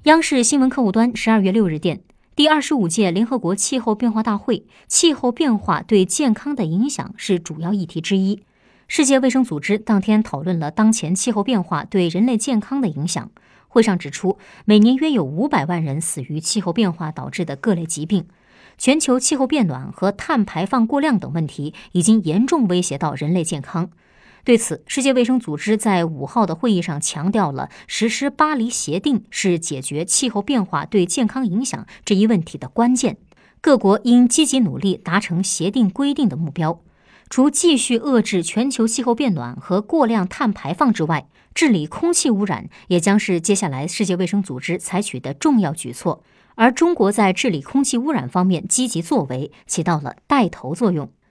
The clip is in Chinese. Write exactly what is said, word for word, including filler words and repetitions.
央视新闻客户端十二月六日电，第二十五届联合国气候变化大会，气候变化对健康的影响是主要议题之一。世界卫生组织当天讨论了当前气候变化对人类健康的影响。会上指出，每年约有五百万人死于气候变化导致的各类疾病。全球气候变暖和碳排放过量等问题已经严重威胁到人类健康。对此，世界卫生组织在五号的会议上强调了实施巴黎协定是解决气候变化对健康影响这一问题的关键。各国应积极努力达成协定规定的目标。除继续遏制全球气候变暖和过量碳排放之外，治理空气污染也将是接下来世界卫生组织采取的重要举措。而中国在治理空气污染方面积极作为，起到了带头作用。